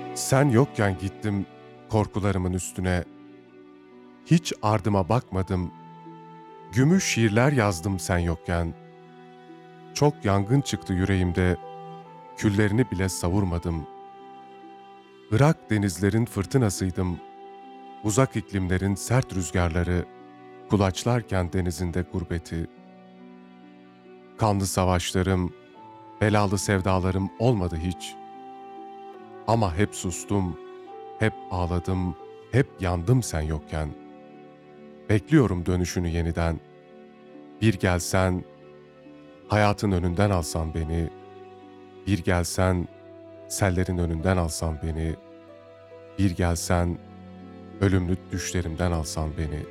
Sen yokken gittim korkularımın üstüne, hiç ardıma bakmadım, gümüş şiirler yazdım sen yokken. Çok yangın çıktı yüreğimde, küllerini bile savurmadım. Irak denizlerin fırtınasıydım, uzak iklimlerin sert rüzgarları, kulaçlarken denizinde gurbeti. Kanlı savaşlarım, belalı sevdalarım olmadı hiç. Ama hep sustum, hep ağladım, hep yandım sen yokken. Bekliyorum dönüşünü yeniden. Bir gelsen, hayatın önünden alsan beni. Bir gelsen, sellerin önünden alsan beni. Bir gelsen, ölümlü düşlerimden alsan beni.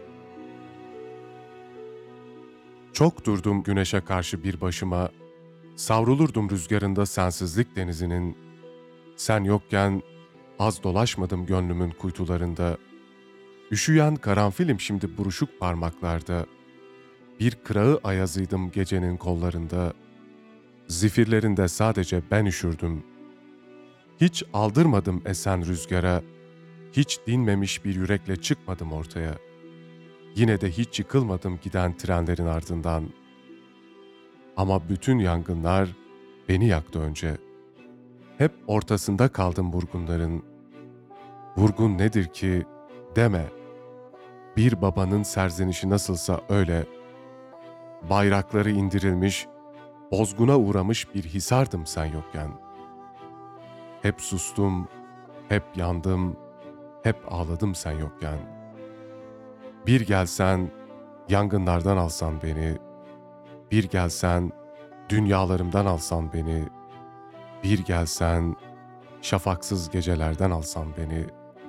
Çok durdum güneşe karşı bir başıma. Savrulurdum rüzgarında sensizlik denizinin. Sen yokken az dolaşmadım gönlümün kuytularında. Üşüyen karanfilim şimdi buruşuk parmaklarda. Bir kırağı ayazıydım gecenin kollarında. Zifirlerinde sadece ben üşürdüm. Hiç aldırmadım esen rüzgara. Hiç dinmemiş bir yürekle çıkmadım ortaya. Yine de hiç yıkılmadım giden trenlerin ardından. Ama bütün yangınlar beni yaktı önce. Hep ortasında kaldım vurgunların. Vurgun nedir ki deme. Bir babanın serzenişi nasılsa öyle. Bayrakları indirilmiş, bozguna uğramış bir hisardım sen yokken. Hep sustum, hep yandım, hep ağladım sen yokken. Bir gelsen, yangınlardan alsan beni. Bir gelsen, dünyalarımdan alsan beni. Bir gelsen, şafaksız gecelerden alsan beni.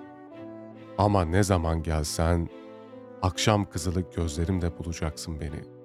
Ama ne zaman gelsen, akşam kızılı gözlerimle bulacaksın beni.''